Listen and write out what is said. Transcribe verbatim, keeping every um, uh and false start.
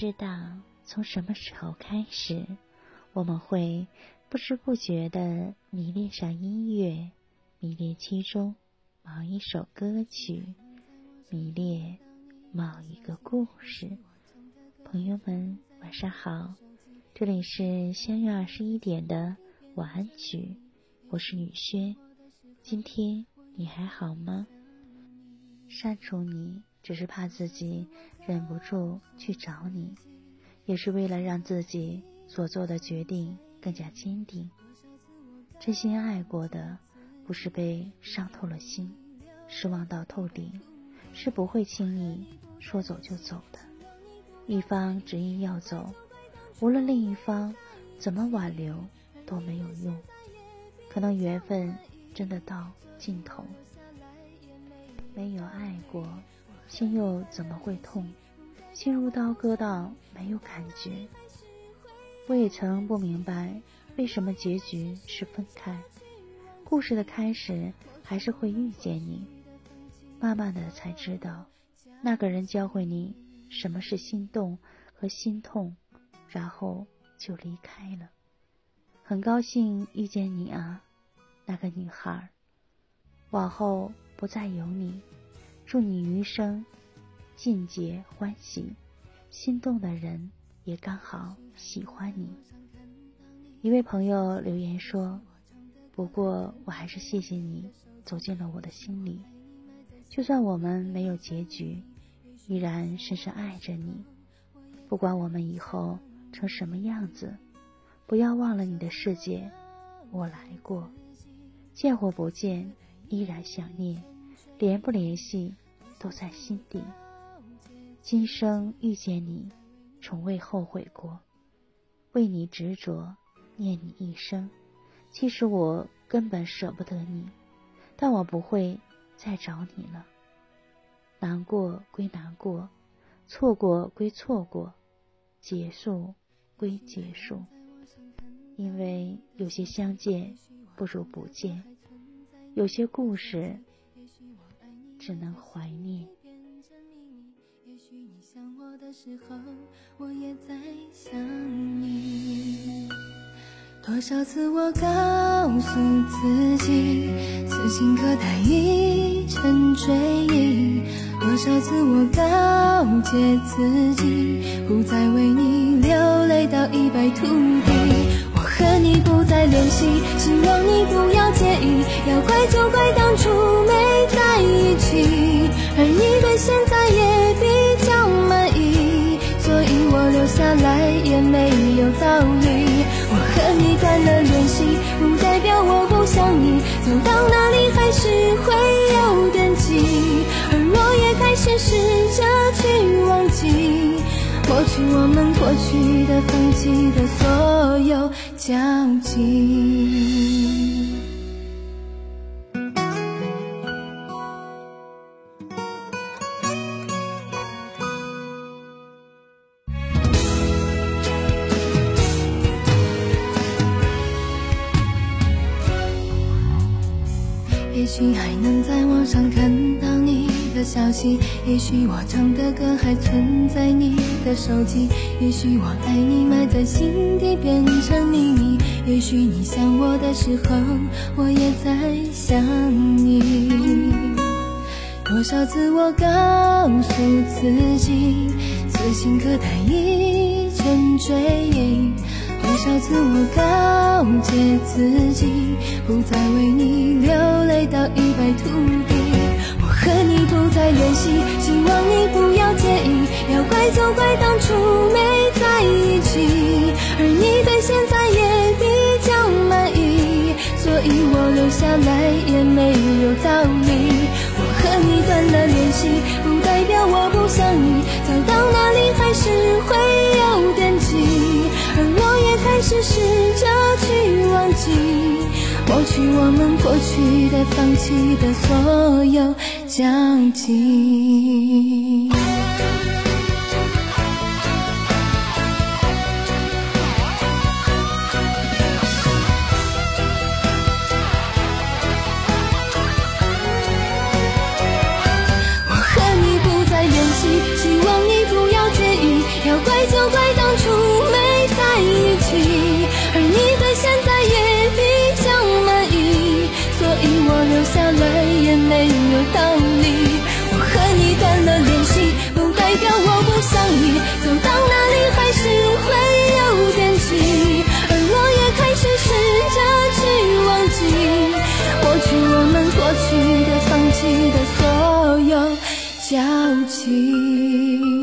知道从什么时候开始，我们会不知不觉地迷恋上音乐，迷恋其中某一首歌曲，迷恋某一个故事。朋友们晚上好，这里是相约二十一点的晚安曲，我是雨轩。今天你还好吗？删除你只是怕自己忍不住去找你，也是为了让自己所做的决定更加坚定。真心爱过的，不是被伤透了心，失望到透顶，是不会轻易说走就走的。一方执意要走，无论另一方怎么挽留都没有用，可能缘分真的到尽头。没有爱过，心又怎么会痛？心如刀割到没有感觉。我也曾不明白为什么结局是分开，故事的开始还是会遇见你，慢慢的才知道那个人教会你什么是心动和心痛，然后就离开了。很高兴遇见你啊，那个女孩，往后不再有你，祝你余生尽皆欢喜，心动的人也刚好喜欢你。一位朋友留言说，不过我还是谢谢你走进了我的心里，就算我们没有结局，依然深深爱着你。不管我们以后成什么样子，不要忘了你的世界我来过，见或不见依然想念，联不联系都在心底。今生遇见你，从未后悔过，为你执着，念你一生。其实我根本舍不得你，但我不会再找你了。难过归难过，错过归错过，结束归结束。因为有些相见不如不见，有些故事只能怀念。 也许你想我的时候，我也在想你。多少次我告诉自己，此情可待已成追忆，多少次我告诫自己，不再为你流泪到一败涂地。我和你不再联系，希望你不要介意，要怪就怪当初没在一起，而你对现在也比较满意，所以我留下来也没有道理。我和你断了联系，不代表我不想你，走到哪里还是会有惦记，而我也开始试着去忘记，抹去我们过去的放弃的所有交集。也许还能在网上看到你的消息，也许我唱的歌还存在你的手机，也许我爱你埋在心底变成秘密，也许你想我的时候，我也在想你。多少次我告诉自己，此情可待已成追忆，多少次我告诫自己，不再为你流泪到一败涂地。我和你不再联系，希望你不要介意，要怪就怪当初没在一起，而你对现在也比较满意，所以我留下来也没有道理。我和你断了联系，不代表我不想你，走到哪里还是会有惦记，而我也开始试着去忘记，抹去我们过去的放弃的所有交集。我和你不再联系，希望你不要介意，要怪就去的所有交集。